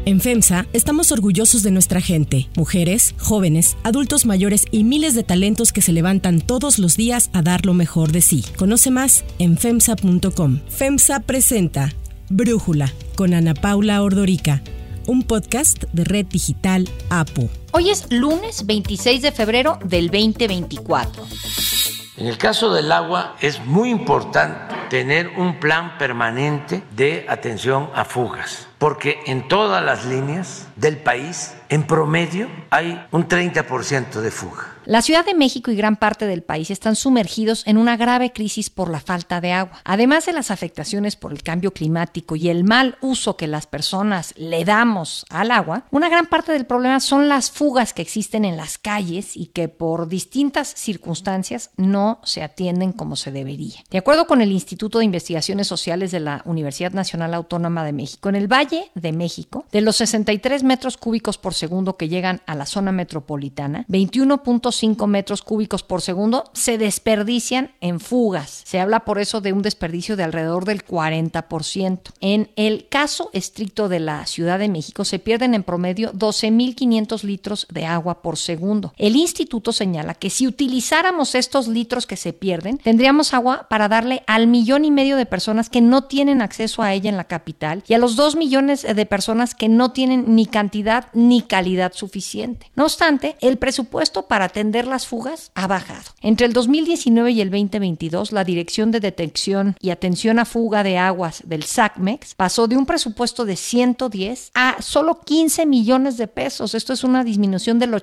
En FEMSA estamos orgullosos de nuestra gente, mujeres, jóvenes, adultos mayores y miles de talentos que se levantan todos los días a dar lo mejor de sí. Conoce más en FEMSA.com. FEMSA presenta Brújula con Ana Paula Ordorica, un podcast de Red Digital APO. Hoy es lunes 26 de febrero del 2024. En el caso del agua es muy importante tener un plan permanente de atención a fugas, porque en todas las líneas del país, en promedio, hay un 30% de fuga. La Ciudad de México y gran parte del país están sumergidos en una grave crisis por la falta de agua. Además de las afectaciones por el cambio climático y el mal uso que las personas le damos al agua, una gran parte del problema son las fugas que existen en las calles y que por distintas circunstancias no se atienden como se debería. De acuerdo con el Instituto de Investigaciones Sociales de la Universidad Nacional Autónoma de México, en el Valle de México, de los 63 metros cúbicos por segundo que llegan a la zona metropolitana, 21.5 metros cúbicos por segundo se desperdician en fugas. Se habla por eso de un desperdicio de alrededor del 40%. En el caso estricto de la Ciudad de México se pierden en promedio 12.500 litros de agua por segundo. El instituto señala que si utilizáramos estos litros que se pierden, tendríamos agua para darle al 1,5 millones de personas que no tienen acceso a ella en la capital y a los 2 millones de personas que no tienen ni cantidad ni calidad suficiente. No obstante, el presupuesto para atender las fugas ha bajado. Entre el 2019 y el 2022, la Dirección de Detección y Atención a Fuga de Aguas del SACMEX pasó de un presupuesto de 110 a solo 15 millones de pesos. Esto es una disminución del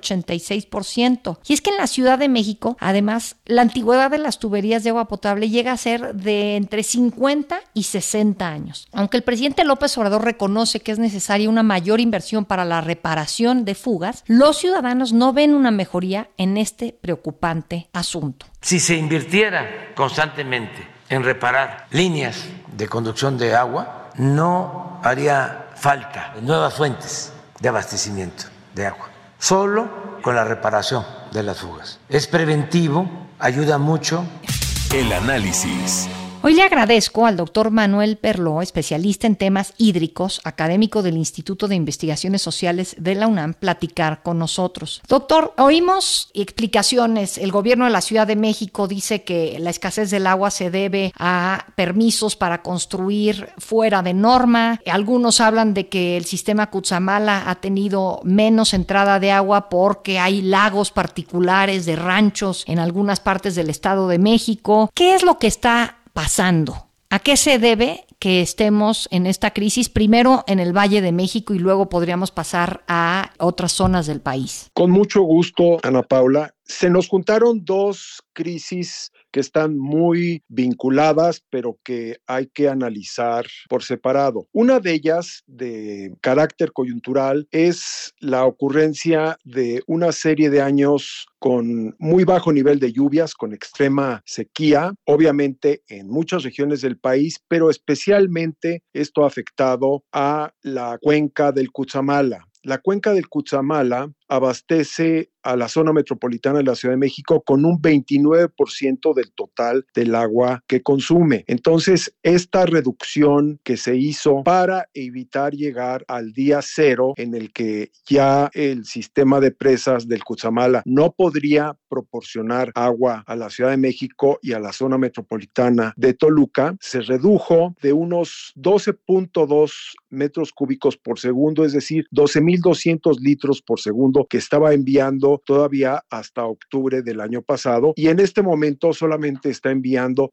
86%. Y es que en la Ciudad de México, además, la antigüedad de las tuberías de agua potable llega a ser de entre 50 y 60 años. Aunque el presidente López Obrador reconoce que es necesaria una mayor inversión para la reparación de fugas, los ciudadanos no ven una mejoría en este preocupante asunto. Si se invirtiera constantemente en reparar líneas de conducción de agua, no haría falta nuevas fuentes de abastecimiento de agua, solo con la reparación de las fugas. Es preventivo, ayuda mucho. El análisis. Hoy le agradezco al doctor Manuel Perló, especialista en temas hídricos, académico del Instituto de Investigaciones Sociales de la UNAM, platicar con nosotros. Doctor, oímos explicaciones. El gobierno de la Ciudad de México dice que la escasez del agua se debe a permisos para construir fuera de norma. Algunos hablan de que el sistema Cutzamala ha tenido menos entrada de agua porque hay lagos particulares de ranchos en algunas partes del Estado de México. ¿Qué es lo que está pasando? ¿A qué se debe que estemos en esta crisis, primero en el Valle de México y luego podríamos pasar a otras zonas del país? Con mucho gusto, Ana Paula. Se nos juntaron dos crisis que están muy vinculadas, pero que hay que analizar por separado. Una de ellas, de carácter coyuntural, es la ocurrencia de una serie de años con muy bajo nivel de lluvias, con extrema sequía, obviamente en muchas regiones del país, pero especialmente esto ha afectado a la cuenca del Cutzamala. La cuenca del Cutzamala abastece a la zona metropolitana de la Ciudad de México con un 29% del total del agua que consume. Entonces, esta reducción que se hizo para evitar llegar al día cero en el que ya el sistema de presas del Cutzamala no podría proporcionar agua a la Ciudad de México y a la zona metropolitana de Toluca, se redujo de unos 12.2 metros cúbicos por segundo, es decir, 12.200 litros por segundo que estaba enviando todavía hasta octubre del año pasado, y en este momento solamente está enviando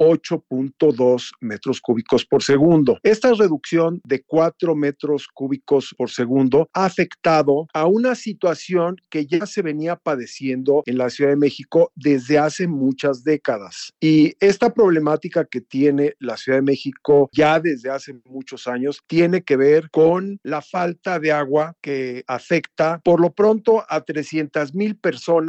8.2 metros cúbicos por segundo. Esta reducción de 4 metros cúbicos por segundo ha afectado a una situación que ya se venía padeciendo en la Ciudad de México desde hace muchas décadas. Y esta problemática que tiene la Ciudad de México ya desde hace muchos años tiene que ver con la falta de agua que afecta por lo pronto a 300,000 personas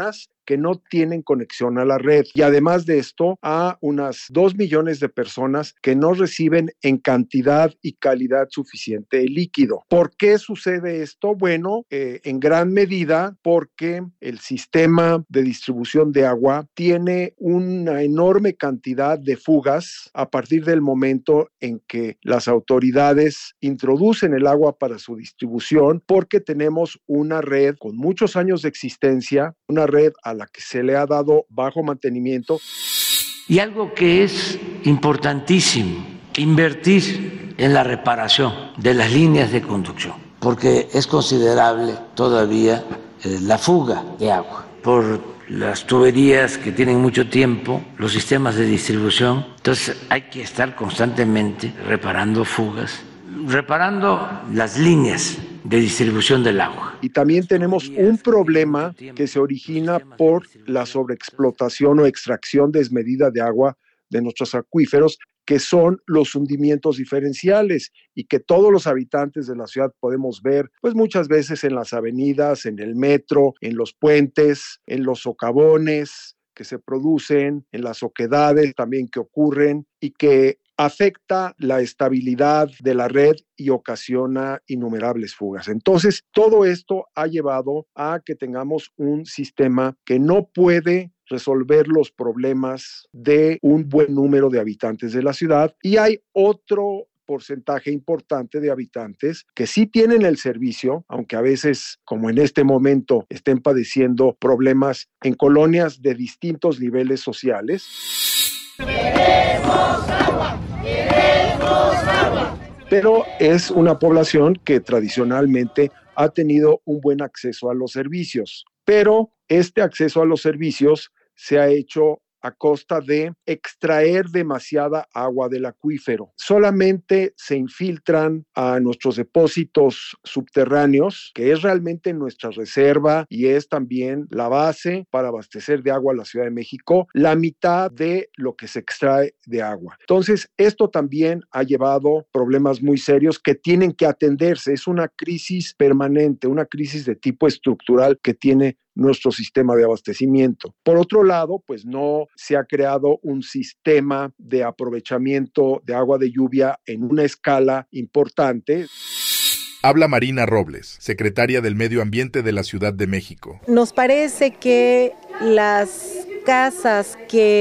que no tienen conexión a la red. Y además de esto, a unas 2 millones de personas que no reciben en cantidad y calidad suficiente el líquido. ¿Por qué sucede esto? Bueno, en gran medida porque el sistema de distribución de agua tiene una enorme cantidad de fugas a partir del momento en que las autoridades introducen el agua para su distribución, porque tenemos una red con muchos años de existencia, una red a la que se le ha dado bajo mantenimiento. Y algo que es importantísimo, invertir en la reparación de las líneas de conducción, porque es considerable todavía la fuga de agua por las tuberías que tienen mucho tiempo, los sistemas de distribución. Entonces hay que estar constantemente reparando fugas, reparando las líneas de distribución del agua. Y también tenemos un problema que se origina por la sobreexplotación o extracción desmedida de agua de nuestros acuíferos, que son los hundimientos diferenciales y que todos los habitantes de la ciudad podemos ver, pues muchas veces en las avenidas, en el metro, en los puentes, en los socavones que se producen, en las oquedades también que ocurren y que afecta la estabilidad de la red y ocasiona innumerables fugas. Entonces, todo esto ha llevado a que tengamos un sistema que no puede resolver los problemas de un buen número de habitantes de la ciudad, y hay otro porcentaje importante de habitantes que sí tienen el servicio, aunque a veces, como en este momento, estén padeciendo problemas en colonias de distintos niveles sociales. ¡Queremos agua! ¡Queremos agua! Pero es una población que tradicionalmente ha tenido un buen acceso a los servicios. Pero este acceso a los servicios se ha hecho a costa de extraer demasiada agua del acuífero. Solamente se infiltran a nuestros depósitos subterráneos, que es realmente nuestra reserva y es también la base para abastecer de agua a la Ciudad de México, la mitad de lo que se extrae de agua. Entonces, esto también ha llevado problemas muy serios que tienen que atenderse. Es una crisis permanente, una crisis de tipo estructural que tiene nuestro sistema de abastecimiento. Por otro lado, pues no se ha creado un sistema de aprovechamiento de agua de lluvia en una escala importante. Habla Marina Robles, secretaria del Medio Ambiente de la Ciudad de México. Nos parece que las casas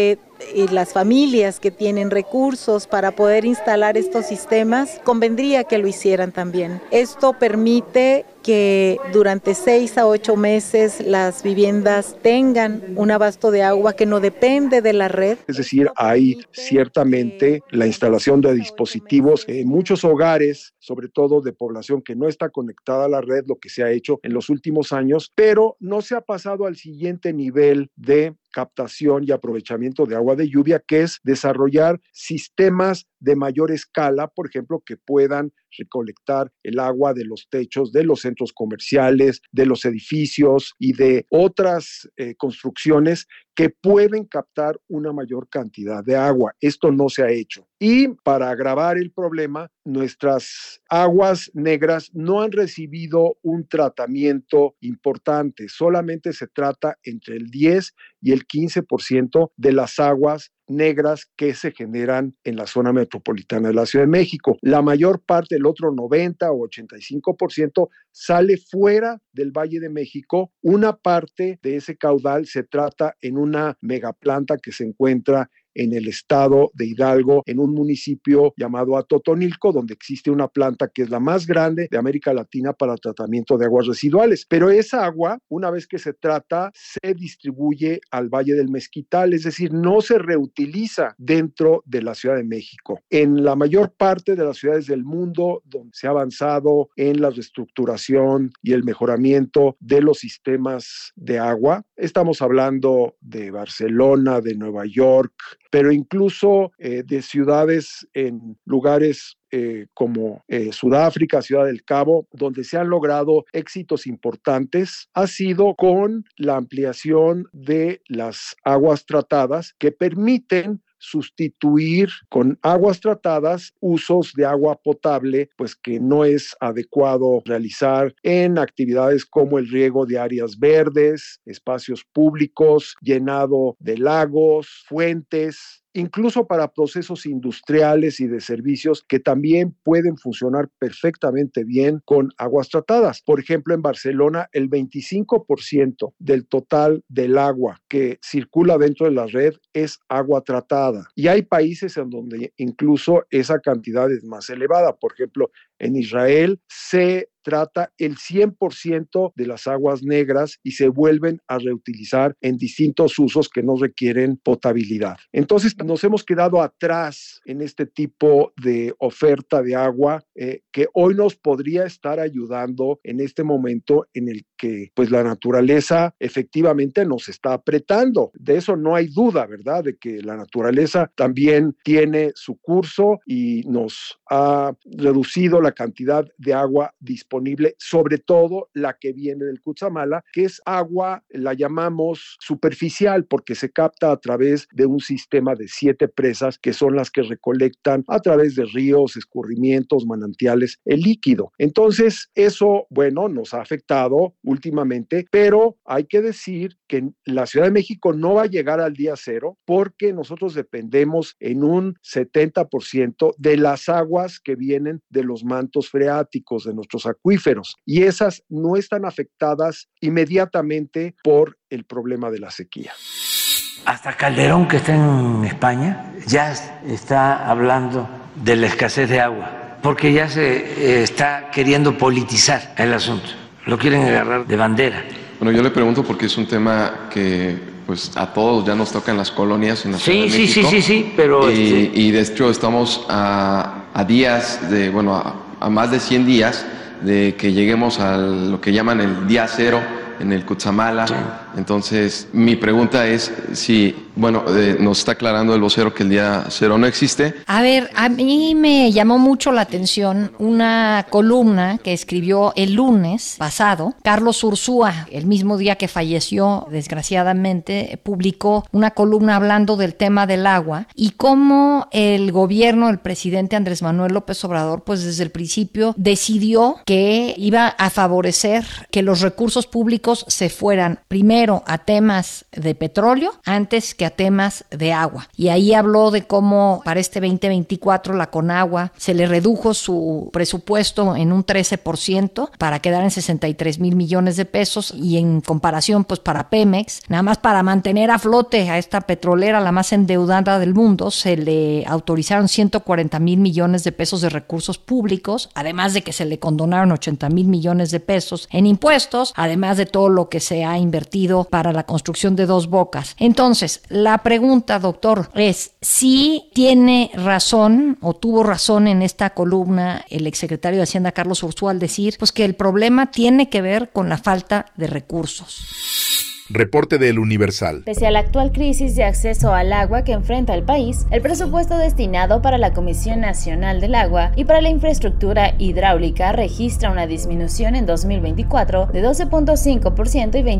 y las familias que tienen recursos para poder instalar estos sistemas, convendría que lo hicieran también. Esto permite que durante 6 a 8 meses las viviendas tengan un abasto de agua que no depende de la red. Es decir, hay ciertamente la instalación de dispositivos en muchos hogares, sobre todo de población que no está conectada a la red, lo que se ha hecho en los últimos años, pero no se ha pasado al siguiente nivel de captación y aprovechamiento de agua de lluvia, que es desarrollar sistemas de mayor escala, por ejemplo, que puedan recolectar el agua de los techos de los centros comerciales, de los edificios y de otras construcciones que pueden captar una mayor cantidad de agua. Esto no se ha hecho. Y para agravar el problema, nuestras aguas negras no han recibido un tratamiento importante. Solamente se trata entre el 10 y el 15% de las aguas negras que se generan en la zona metropolitana de la Ciudad de México. La mayor parte, el otro 90 o 85%, sale fuera del Valle de México. Una parte de ese caudal se trata en una megaplanta que se encuentra en el estado de Hidalgo, en un municipio llamado Atotonilco, donde existe una planta que es la más grande de América Latina para tratamiento de aguas residuales. Pero esa agua, una vez que se trata, se distribuye al Valle del Mezquital, es decir, no se reutiliza dentro de la Ciudad de México. En la mayor parte de las ciudades del mundo donde se ha avanzado en la reestructuración y el mejoramiento de los sistemas de agua, estamos hablando de Barcelona, de Nueva York, pero incluso de ciudades en lugares como Sudáfrica, Ciudad del Cabo, donde se han logrado éxitos importantes, ha sido con la ampliación de las aguas tratadas que permiten sustituir con aguas tratadas usos de agua potable, pues que no es adecuado realizar en actividades como el riego de áreas verdes, espacios públicos, llenado de lagos, fuentes, incluso para procesos industriales y de servicios que también pueden funcionar perfectamente bien con aguas tratadas. Por ejemplo, en Barcelona, el 25% del total del agua que circula dentro de la red es agua tratada. Y hay países en donde incluso esa cantidad es más elevada. Por ejemplo, en Israel se trata el 100% de las aguas negras y se vuelven a reutilizar en distintos usos que no requieren potabilidad. Entonces nos hemos quedado atrás en este tipo de oferta de agua que hoy nos podría estar ayudando en este momento en el que pues la naturaleza efectivamente nos está apretando. De eso no hay duda, ¿verdad? De que la naturaleza también tiene su curso y nos ha reducido la cantidad de agua disponible, sobre todo la que viene del Cutzamala, que es agua, la llamamos superficial porque se capta a través de un sistema de 7 presas que son las que recolectan a través de ríos, escurrimientos, manantiales, el líquido. Entonces, eso, bueno, nos ha afectado últimamente, pero hay que decir que la Ciudad de México no va a llegar al día cero porque nosotros dependemos en un 70% de las aguas que vienen de los mantos freáticos de nuestros acuíferos y esas no están afectadas inmediatamente por el problema de la sequía. Hasta Calderón, que está en España, ya está hablando de la escasez de agua, porque ya se está queriendo politizar el asunto, lo quieren agarrar de bandera. Bueno, yo le pregunto porque es un tema que pues a todos ya nos toca en las colonias, en la Ciudad de México. Sí, pero... Y de hecho estamos a días de, bueno, a más de 100 días de que lleguemos a lo que llaman el día cero en el Cutzamala. Sí. Entonces, mi pregunta es si, bueno, nos está aclarando el vocero que el día cero no existe. A ver, a mí me llamó mucho la atención una columna que escribió el lunes pasado Carlos Ursúa, el mismo día que falleció, desgraciadamente, publicó una columna hablando del tema del agua y cómo el gobierno del presidente Andrés Manuel López Obrador, pues desde el principio decidió que iba a favorecer que los recursos públicos se fueran primero a temas de petróleo antes que a temas de agua. Y ahí habló de cómo para este 2024 la Conagua se le redujo su presupuesto en un 13% para quedar en 63 mil millones de pesos y en comparación pues para Pemex, nada más para mantener a flote a esta petrolera, la más endeudada del mundo, se le autorizaron 140 mil millones de pesos de recursos públicos, además de que se le condonaron 80 mil millones de pesos en impuestos, además de todo lo que se ha invertido para la construcción de Dos Bocas. Entonces, la pregunta, doctor, es si tiene razón o tuvo razón en esta columna el exsecretario de Hacienda Carlos Ursúa al decir pues que el problema tiene que ver con la falta de recursos. Reporte del Universal. Pese a la actual crisis de acceso al agua que enfrenta el país, el presupuesto destinado para la Comisión Nacional del Agua y para la infraestructura hidráulica registra una disminución en 2024 de 12.5% y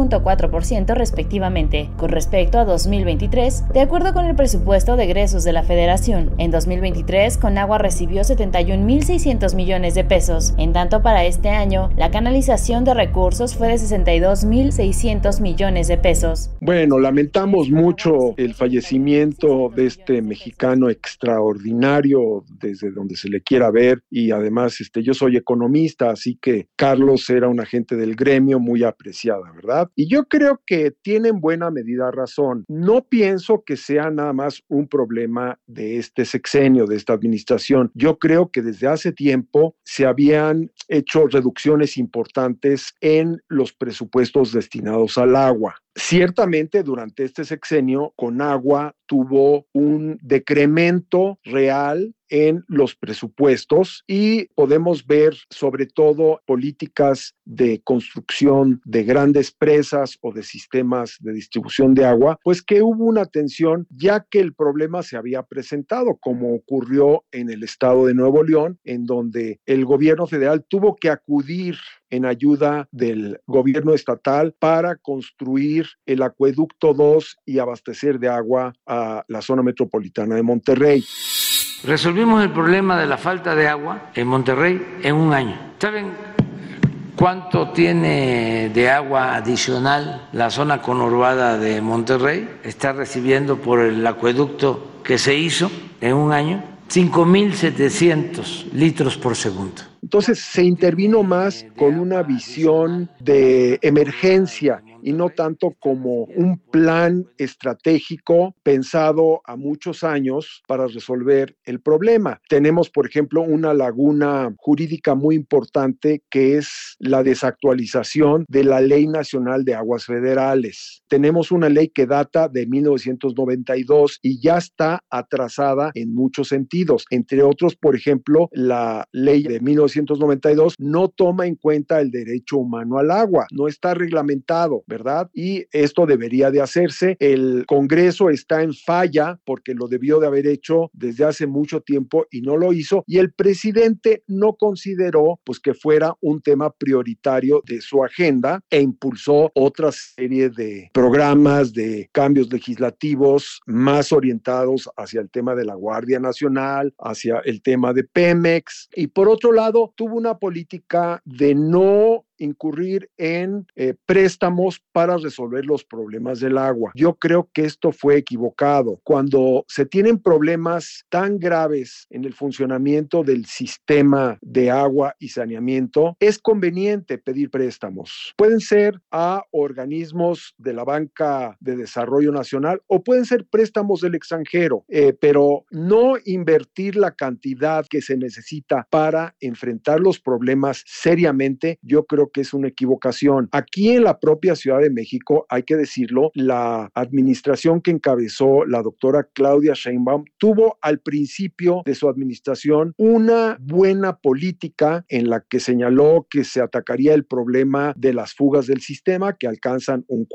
28.4% respectivamente, con respecto a 2023, de acuerdo con el presupuesto de egresos de la Federación. En 2023, Conagua recibió 71.600 millones de pesos. En tanto, para este año, la canalización de recursos fue de 62.600 millones de pesos. Bueno, lamentamos mucho el fallecimiento de este mexicano extraordinario desde donde se le quiera ver y además yo soy economista, así que Carlos era un agente del gremio muy apreciada, ¿verdad? Y yo creo que tiene en buena medida razón. No pienso que sea nada más un problema de este sexenio, de esta administración. Yo creo que desde hace tiempo se habían hecho reducciones importantes en los presupuestos destinados al agua. Ciertamente, durante este sexenio, Conagua tuvo un decremento real en los presupuestos y podemos ver sobre todo políticas de construcción de grandes presas o de sistemas de distribución de agua, pues que hubo una tensión ya que el problema se había presentado, como ocurrió en el estado de Nuevo León, en donde el gobierno federal tuvo que acudir en ayuda del gobierno estatal para construir construir el acueducto 2 y abastecer de agua a la zona metropolitana de Monterrey. Resolvimos el problema de la falta de agua en Monterrey en un año. ¿Saben cuánto tiene de agua adicional la zona conurbada de Monterrey? Está recibiendo por el acueducto que se hizo en un año 5,700 litros por segundo. Entonces se intervino más con una visión de emergencia y no tanto como un plan estratégico pensado a muchos años para resolver el problema. Tenemos, por ejemplo, una laguna jurídica muy importante que es la desactualización de la Ley Nacional de Aguas Federales. Tenemos una ley que data de 1992 y ya está atrasada en muchos sentidos. Entre otros, por ejemplo, la ley de 1992 no toma en cuenta el derecho humano al agua, no está reglamentado, ¿verdad? Y esto debería de hacerse. El Congreso está en falla porque lo debió de haber hecho desde hace mucho tiempo y no lo hizo, y el presidente no consideró pues que fuera un tema prioritario de su agenda e impulsó otra serie de programas, de cambios legislativos más orientados hacia el tema de la Guardia Nacional, hacia el tema de Pemex, y por otro lado tuvo una política de no incurrir en préstamos para resolver los problemas del agua. Yo creo que esto fue equivocado. Cuando se tienen problemas tan graves en el funcionamiento del sistema de agua y saneamiento, es conveniente pedir préstamos. Pueden ser a organismos de la Banca de Desarrollo Nacional o pueden ser préstamos del extranjero, pero no invertir la cantidad que se necesita para enfrentar los problemas seriamente, yo creo que es una equivocación. Aquí en la propia Ciudad de México, hay que decirlo, la administración que encabezó la doctora Claudia Sheinbaum tuvo al principio de su administración una buena política en la que señaló que se atacaría el problema de las fugas del sistema, que alcanzan un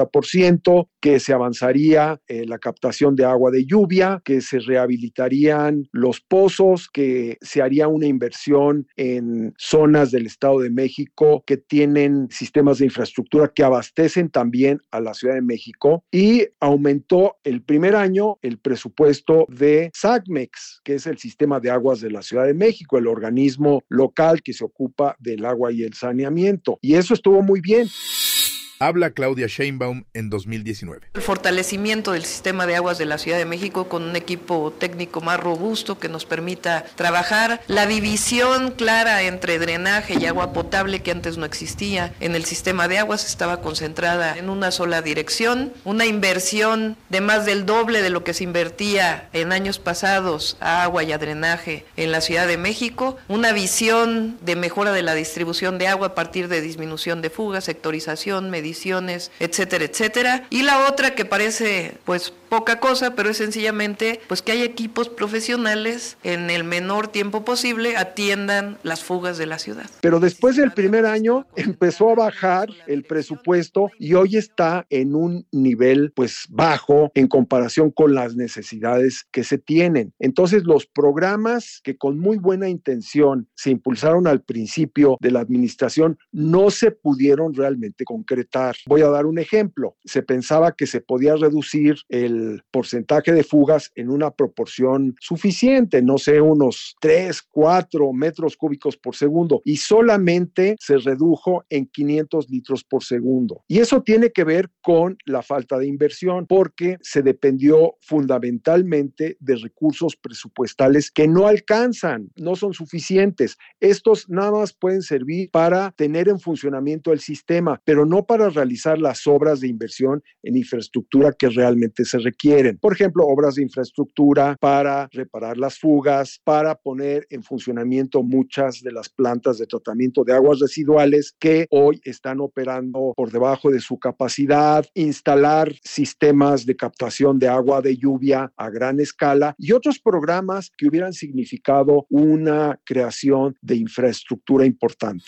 40%, que se avanzaría la captación de agua de lluvia, que se rehabilitarían los pozos, que se haría una inversión en zonas del Estado de México que tienen sistemas de infraestructura que abastecen también a la Ciudad de México, y aumentó el primer año el presupuesto de SACMEX, que es el sistema de aguas de la Ciudad de México, el organismo local que se ocupa del agua y el saneamiento, y eso estuvo muy bien. Habla Claudia Sheinbaum en 2019. El fortalecimiento del sistema de aguas de la Ciudad de México con un equipo técnico más robusto que nos permita trabajar. La división clara entre drenaje y agua potable que antes no existía en el sistema de aguas estaba concentrada en una sola dirección. Una inversión de más del doble de lo que se invertía en años pasados a agua y a drenaje en la Ciudad de México. Una visión de mejora de la distribución de agua a partir de disminución de fugas, sectorización, mediciones, etcétera, etcétera. Y la otra que parece pues poca cosa, pero es sencillamente pues que hay equipos profesionales en el menor tiempo posible atiendan las fugas de la ciudad. Pero después del primer año empezó a bajar el presupuesto y hoy está en un nivel pues bajo en comparación con las necesidades que se tienen. Entonces los programas que con muy buena intención se impulsaron al principio de la administración no se pudieron realmente concretar. Voy a dar un ejemplo. Se pensaba que se podía reducir el porcentaje de fugas en una proporción suficiente, no sé, unos 3, 4 metros cúbicos por segundo, y solamente se redujo en 500 litros por segundo. Y eso tiene que ver con la falta de inversión, porque se dependió fundamentalmente de recursos presupuestales que no alcanzan, no son suficientes. Estos nada más pueden servir para tener en funcionamiento el sistema, pero no para realizar las obras de inversión en infraestructura que realmente se requieren. Por ejemplo, obras de infraestructura para reparar las fugas, para poner en funcionamiento muchas de las plantas de tratamiento de aguas residuales que hoy están operando por debajo de su capacidad, instalar sistemas de captación de agua de lluvia a gran escala y otros programas que hubieran significado una creación de infraestructura importante.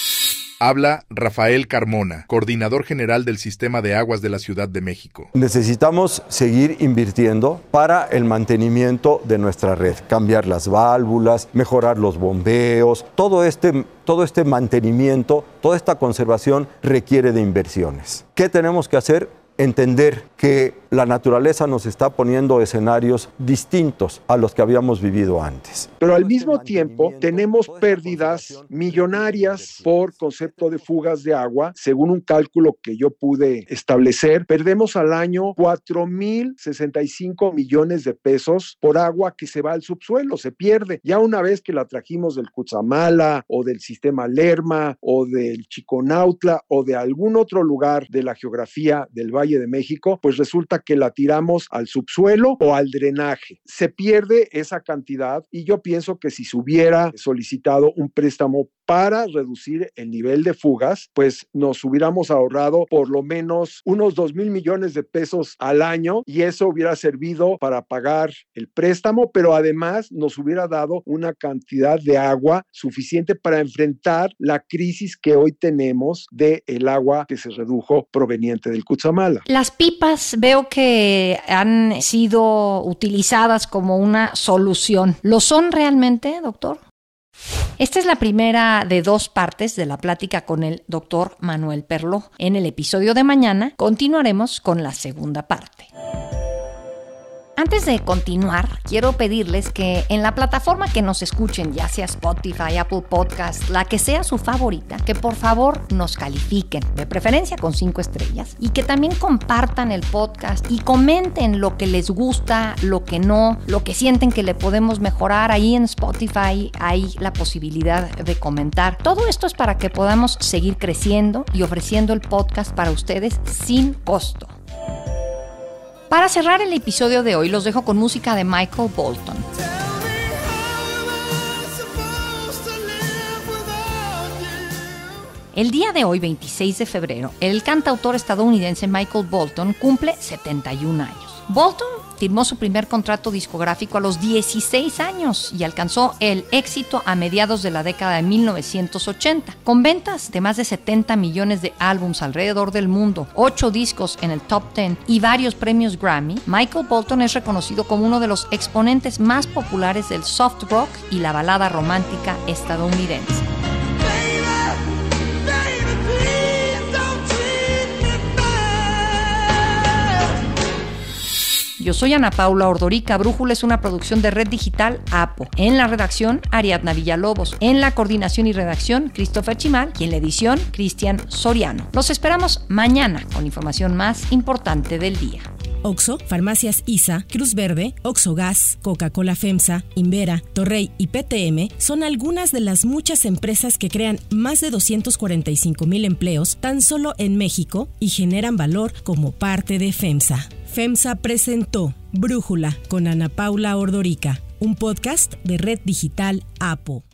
Habla Rafael Carmona, coordinador general del Sistema de Aguas de la Ciudad de México. Necesitamos seguir invirtiendo para el mantenimiento de nuestra red, cambiar las válvulas, mejorar los bombeos, todo este mantenimiento, toda esta conservación requiere de inversiones. ¿Qué tenemos que hacer? entender que la naturaleza nos está poniendo escenarios distintos a los que habíamos vivido antes. Pero al mismo tiempo tenemos pérdidas millonarias por concepto de fugas de agua. Según un cálculo que yo pude establecer, perdemos al año 4,065 millones de pesos por agua que se va al subsuelo, se pierde. Ya una vez que la trajimos del Cutzamala o del sistema Lerma o del Chiconautla o de algún otro lugar de la geografía del Valle de México, pues resulta que la tiramos al subsuelo o al drenaje. Se pierde esa cantidad y yo pienso que si se hubiera solicitado un préstamo para reducir el nivel de fugas, pues nos hubiéramos ahorrado por lo menos unos 2,000 millones de pesos al año y eso hubiera servido para pagar el préstamo, pero además nos hubiera dado una cantidad de agua suficiente para enfrentar la crisis que hoy tenemos de el agua que se redujo proveniente del Cutzamala. Las pipas veo que han sido utilizadas como una solución. ¿Lo son realmente, doctor? Esta es la primera de 2 partes de la plática con el doctor Manuel Perló. En el episodio de mañana continuaremos con la segunda parte. Antes de continuar, quiero pedirles que en la plataforma que nos escuchen, ya sea Spotify, Apple Podcast, la que sea su favorita, que por favor nos califiquen, de preferencia con 5 estrellas, y que también compartan el podcast y comenten lo que les gusta, lo que no, lo que sienten que le podemos mejorar. Ahí en Spotify hay la posibilidad de comentar. Todo esto es para que podamos seguir creciendo y ofreciendo el podcast para ustedes sin costo. Para cerrar el episodio de hoy, los dejo con música de Michael Bolton. El día de hoy, 26 de febrero, el cantautor estadounidense Michael Bolton cumple 71 años. Bolton firmó su primer contrato discográfico a los 16 años y alcanzó el éxito a mediados de la década de 1980. Con ventas de más de 70 millones de álbumes alrededor del mundo, 8 discos en el top 10 y varios premios Grammy, Michael Bolton es reconocido como uno de los exponentes más populares del soft rock y la balada romántica estadounidense. Yo soy Ana Paula Ordorica. Brújula es una producción de Red Digital APO. En la redacción, Ariadna Villalobos. En la coordinación y redacción, Christopher Chimal. Y en la edición, Cristian Soriano. Los esperamos mañana con información más importante del día. Oxxo, Farmacias ISA, Cruz Verde, Oxxo Gas, Coca-Cola FEMSA, Invera, Torrey y PTM son algunas de las muchas empresas que crean más de 245,000 empleos tan solo en México y generan valor como parte de FEMSA. FEMSA presentó Brújula con Ana Paula Ordorica, un podcast de Red Digital APO.